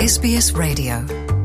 SBS Radio.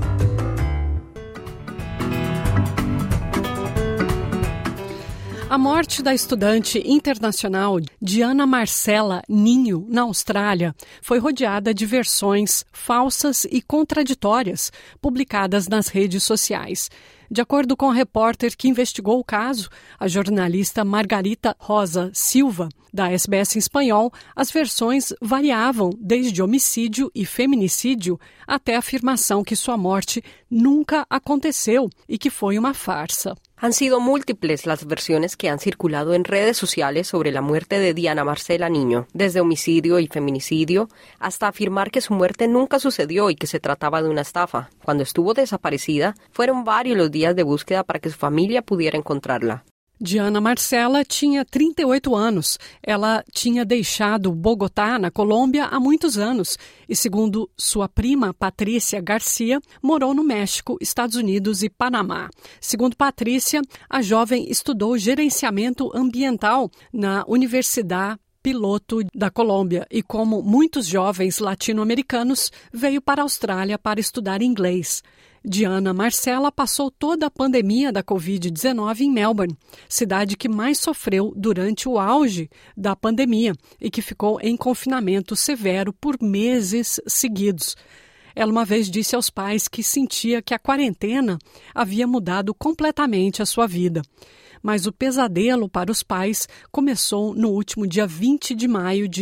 A morte da estudante internacional Diana Marcela Ninho, na Austrália, foi rodeada de versões falsas e contraditórias publicadas nas redes sociais. De acordo com a repórter que investigou o caso, a jornalista Margarita Rosa Silva, da SBS em espanhol, as versões variavam desde homicídio e feminicídio até a afirmação que sua morte nunca aconteceu e que foi uma farsa. Han sido múltiples las versiones que han circulado en redes sociales sobre la muerte de Diana Marcela Niño, desde homicidio y feminicidio hasta afirmar que su muerte nunca sucedió y que se trataba de una estafa. Cuando estuvo desaparecida, fueron varios los días de búsqueda para que su familia pudiera encontrarla. Diana Marcela tinha 38 anos. Ela tinha deixado Bogotá, na Colômbia, há muitos anos e, segundo sua prima Patrícia Garcia, morou no México, Estados Unidos e Panamá. Segundo Patrícia, a jovem estudou gerenciamento ambiental na Universidade Piloto da Colômbia e, como muitos jovens latino-americanos, veio para a Austrália para estudar inglês. Diana Marcela passou toda a pandemia da Covid-19 em Melbourne, cidade que mais sofreu durante o auge da pandemia e que ficou em confinamento severo por meses seguidos. Ela uma vez disse aos pais que sentia que a quarentena havia mudado completamente a sua vida. Mas o pesadelo para os pais começou no último dia 20 de maio de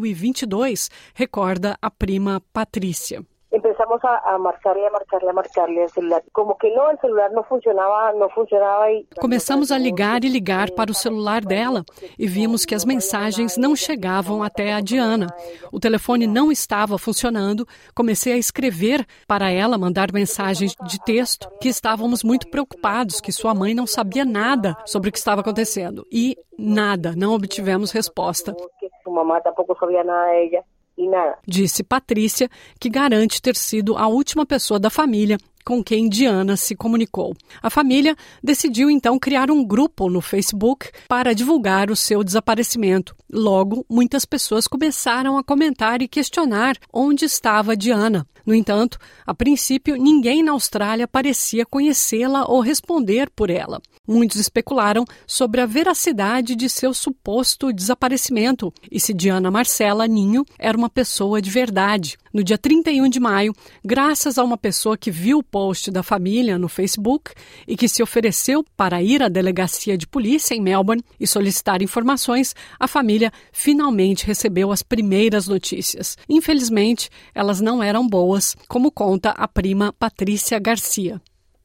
2022, recorda a prima Patrícia. Empezamos a marcarle el celular. Como que não, o celular não funcionava. Começamos a ligar para o celular dela e vimos que as mensagens não chegavam até a Diana. O telefone não estava funcionando. Comecei a escrever para ela, mandar mensagens de texto, que estávamos muito preocupados, que sua mãe não sabia nada sobre o que estava acontecendo. E nada, não obtivemos resposta. Sua mamãe tampouco sabia nada dela. Disse Patrícia, que garante ter sido a última pessoa da família com quem Diana se comunicou. A família decidiu então criar um grupo no Facebook para divulgar o seu desaparecimento. Logo, muitas pessoas começaram a comentar e questionar onde estava Diana. No entanto, a princípio, ninguém na Austrália parecia conhecê-la ou responder por ela. Muitos especularam sobre a veracidade de seu suposto desaparecimento e se Diana Marcela Ninho era uma pessoa de verdade. No dia 31 de maio, graças a uma pessoa que viu o post da família no Facebook e que se ofereceu para ir à delegacia de polícia em Melbourne e solicitar informações, a família finalmente recebeu as primeiras notícias. Infelizmente, elas não eram boas, como conta a prima Patrícia Garcia.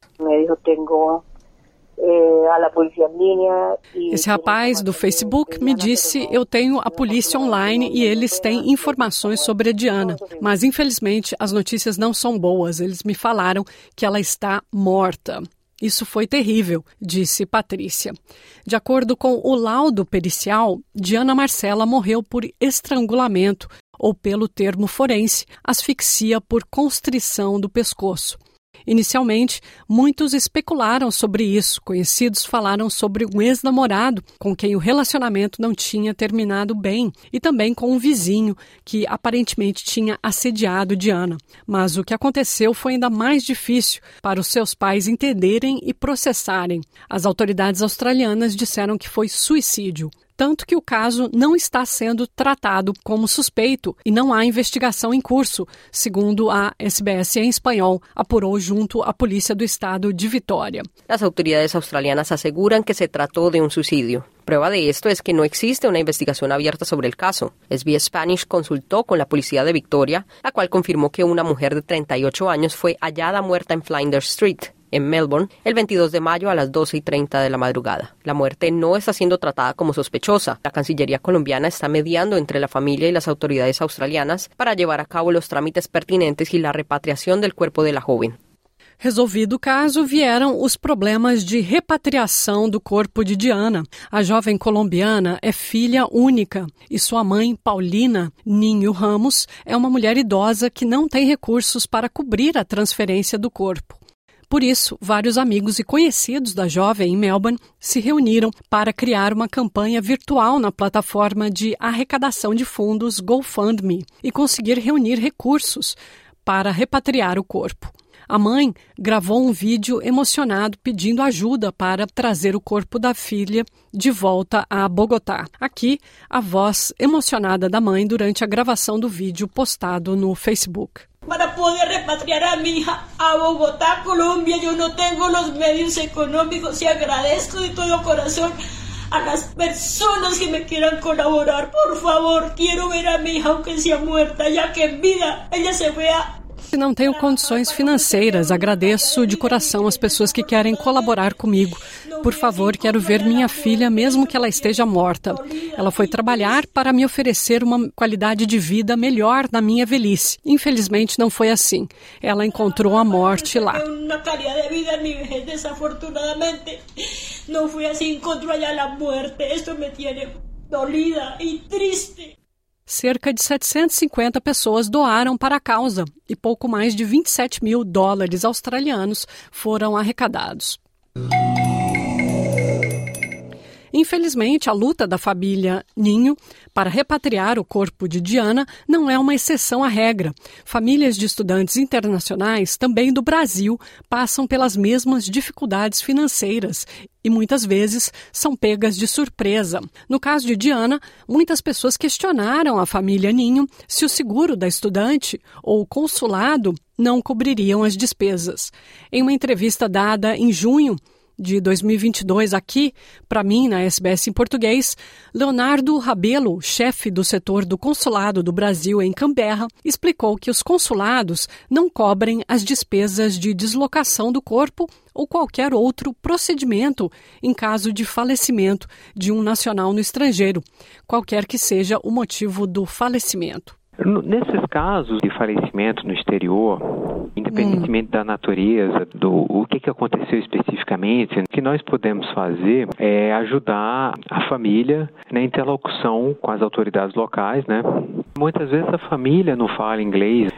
Esse rapaz do Facebook me disse: eu tenho a polícia online e eles têm informações sobre a Diana, mas infelizmente as notícias não são boas. Eles me falaram que ela está morta. Isso foi terrível, disse Patrícia. De acordo com o laudo pericial, Diana Marcela morreu por estrangulamento ou, pelo termo forense, asfixia por constrição do pescoço. Inicialmente, muitos especularam sobre isso. Conhecidos falaram sobre um ex-namorado com quem o relacionamento não tinha terminado bem e também com um vizinho que aparentemente tinha assediado Diana. Mas o que aconteceu foi ainda mais difícil para os seus pais entenderem e processarem. As autoridades australianas disseram que foi suicídio. Tanto que o caso não está sendo tratado como suspeito e não há investigação em curso, segundo a SBS em espanhol apurou junto à Polícia do Estado de Vitória. As autoridades australianas aseguran que se trató de un suicidio. Prueba de esto es que no existe una investigación abierta sobre el caso. SBS Spanish consultó con la policía de Victoria, la cual confirmó que una mujer de 38 años fue hallada muerta en Flinders Street, en Melbourne, el 22 de mayo a las 12:30 de la madrugada. La muerte no está siendo tratada como sospechosa. La Cancillería colombiana está mediando entre la familia y las autoridades australianas para llevar a cabo los trámites pertinentes y la repatriación del cuerpo de la joven. Resolvido o caso, vieram os problemas de repatriação do corpo de Diana. A jovem colombiana é filha única e sua mãe, Paulina Ninho Ramos, é uma mulher idosa que não tem recursos para cobrir a transferência do corpo. Por isso, vários amigos e conhecidos da jovem em Melbourne se reuniram para criar uma campanha virtual na plataforma de arrecadação de fundos GoFundMe e conseguir reunir recursos para repatriar o corpo. A mãe gravou um vídeo emocionado pedindo ajuda para trazer o corpo da filha de volta a Bogotá. Aqui, a voz emocionada da mãe durante a gravação do vídeo postado no Facebook. Para poder repatriar a mi hija a Bogotá, Colombia, yo no tengo los medios económicos y agradezco de todo corazón a las personas que me quieran colaborar. Por favor, quiero ver a mi hija aunque sea muerta, ya que en vida ella se vea. Não tenho condições financeiras, agradeço de coração as pessoas que querem colaborar comigo. Por favor, quero ver minha filha mesmo que ela esteja morta. Ela foi trabalhar para me oferecer uma qualidade de vida melhor na minha velhice. Infelizmente não foi assim. Ela encontrou a morte lá. Uma qualidade de vida em minha vejez, desafortunadamente, não foi assim, encontrou allá a morte. Isso me tiene dolida e triste. Cerca de 750 pessoas doaram para a causa e pouco mais de 27 mil dólares australianos foram arrecadados. Infelizmente, a luta da família Ninho para repatriar o corpo de Diana não é uma exceção à regra. Famílias de estudantes internacionais, também do Brasil, passam pelas mesmas dificuldades financeiras e muitas vezes são pegas de surpresa. No caso de Diana, muitas pessoas questionaram a família Ninho se o seguro da estudante ou o consulado não cobririam as despesas. Em uma entrevista dada em junho de 2022 aqui, para mim, na SBS em português, Leonardo Rabelo, chefe do setor do Consulado do Brasil em Canberra, explicou que os consulados não cobrem as despesas de deslocação do corpo ou qualquer outro procedimento em caso de falecimento de um nacional no estrangeiro, qualquer que seja o motivo do falecimento. Nesses casos de falecimento no exterior, independentemente da natureza, o que aconteceu especificamente, o que nós podemos fazer é ajudar a família na interlocução com as autoridades locais, né? Muitas vezes a família não fala inglês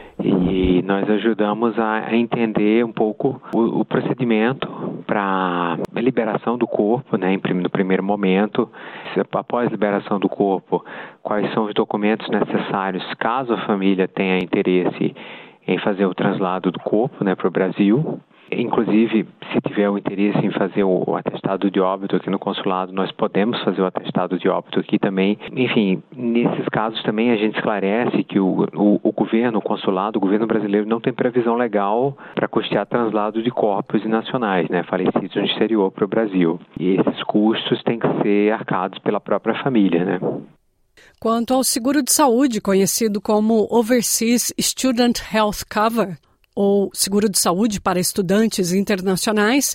e nós ajudamos a entender um pouco o procedimento para a liberação do corpo, né, no primeiro momento. Após a liberação do corpo, quais são os documentos necessários caso a família tenha interesse em fazer o traslado do corpo, né, para o Brasil. Inclusive, se tiver o interesse em fazer o atestado de óbito aqui no consulado, nós podemos fazer o atestado de óbito aqui também. Enfim, nesses casos também a gente esclarece que o governo, o consulado, o governo brasileiro não tem previsão legal para custear traslado de corpos nacionais, né, falecidos no exterior para o Brasil. E esses custos têm que ser arcados pela própria família, né? Quanto ao seguro de saúde, conhecido como Overseas Student Health Cover, ou seguro de saúde para estudantes internacionais,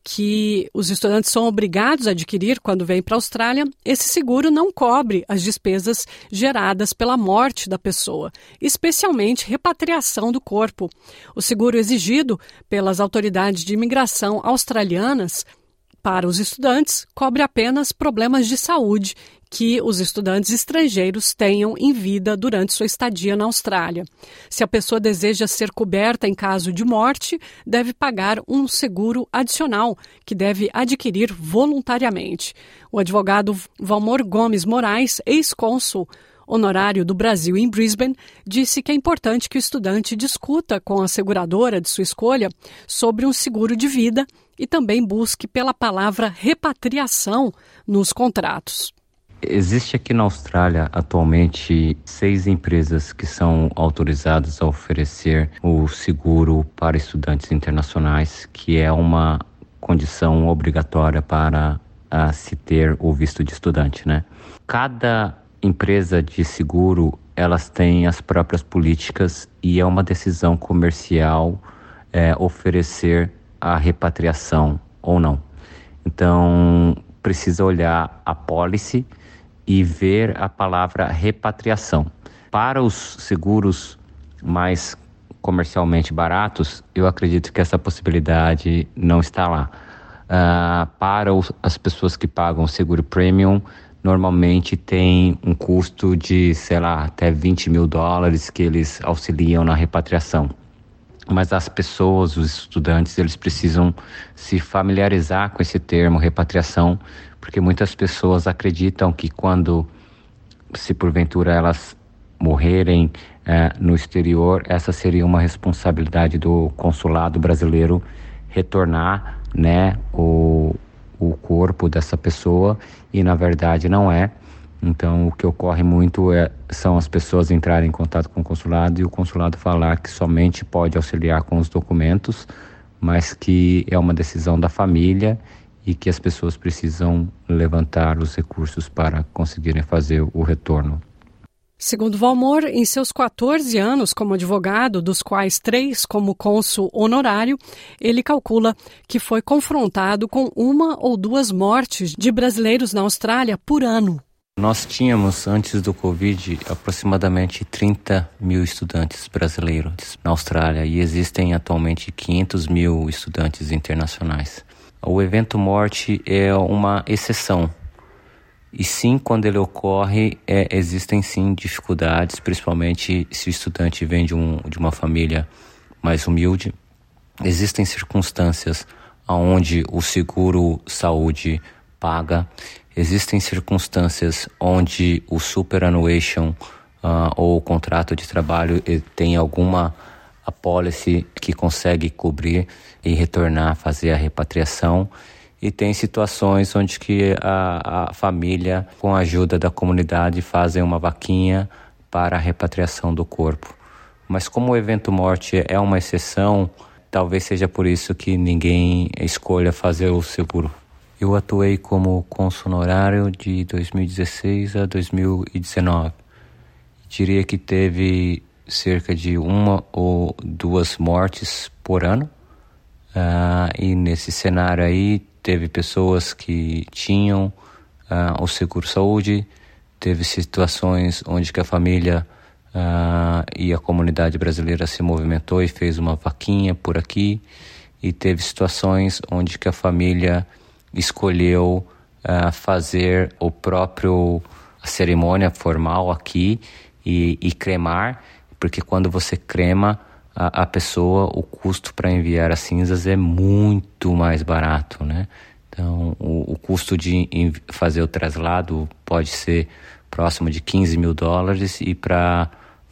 que os estudantes são obrigados a adquirir quando vêm para a Austrália, esse seguro não cobre as despesas geradas pela morte da pessoa, especialmente repatriação do corpo. O seguro exigido pelas autoridades de imigração australianas para os estudantes cobre apenas problemas de saúde que os estudantes estrangeiros tenham em vida durante sua estadia na Austrália. Se a pessoa deseja ser coberta em caso de morte, deve pagar um seguro adicional que deve adquirir voluntariamente. O advogado Valmor Gomes Moraes, ex-cônsul honorário do Brasil em Brisbane, disse que é importante que o estudante discuta com a seguradora de sua escolha sobre um seguro de vida e também busque pela palavra repatriação nos contratos. Existe aqui na Austrália atualmente 6 empresas que são autorizadas a oferecer o seguro para estudantes internacionais, que é uma condição obrigatória para se ter o visto de estudante, né? Cada empresa de seguro, elas têm as próprias políticas e é uma decisão comercial oferecer a repatriação ou não. Então, precisa olhar a policy e ver a palavra repatriação. Para os seguros mais comercialmente baratos, eu acredito que essa possibilidade não está lá. Para as pessoas que pagam seguro premium, normalmente tem um custo de, até 20 mil dólares que eles auxiliam na repatriação. Mas as pessoas, os estudantes, eles precisam se familiarizar com esse termo repatriação, porque muitas pessoas acreditam que se porventura elas morrerem no exterior, essa seria uma responsabilidade do consulado brasileiro retornar, né, o corpo dessa pessoa, e na verdade não é. Então o que ocorre muito são as pessoas entrarem em contato com o consulado e o consulado falar que somente pode auxiliar com os documentos, mas que é uma decisão da família e que as pessoas precisam levantar os recursos para conseguirem fazer o retorno. Segundo Valmor, em seus 14 anos como advogado, dos quais 3 como cônsul honorário, ele calcula que foi confrontado com 1 ou 2 mortes de brasileiros na Austrália por ano. Nós tínhamos, antes do Covid, aproximadamente 30 mil estudantes brasileiros na Austrália e existem atualmente 500 mil estudantes internacionais. O evento morte é uma exceção. E sim, quando ele ocorre, existem sim dificuldades, principalmente se o estudante vem de uma família mais humilde. Existem circunstâncias onde o seguro saúde paga, existem circunstâncias onde o superannuation ou o contrato de trabalho tem alguma apólice que consegue cobrir e retornar, fazer a repatriação. E tem situações onde que a família, com a ajuda da comunidade, fazem uma vaquinha para a repatriação do corpo. Mas como o evento morte é uma exceção, talvez seja por isso que ninguém escolha fazer o seguro. Eu atuei como cônsul honorário de 2016 a 2019. Diria que teve cerca de 1 ou 2 mortes por ano. E nesse cenário aí, teve pessoas que tinham o seguro-saúde, teve situações onde que a família e a comunidade brasileira se movimentou e fez uma vaquinha por aqui, e teve situações onde que a família escolheu fazer a cerimônia formal aqui e cremar, porque quando você crema a pessoa, o custo para enviar as cinzas é muito mais barato, né? Então, o custo de fazer o traslado pode ser próximo de $15 mil, e para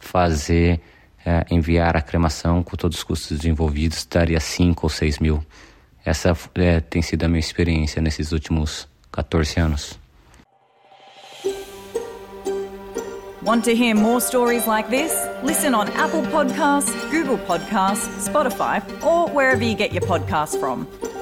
enviar a cremação, com todos os custos envolvidos, daria 5 ou 6 mil. Essa tem sido a minha experiência nesses últimos 14 anos. Want to hear more stories like this? Listen on Apple Podcasts, Google Podcasts, Spotify, or wherever you get your podcasts from.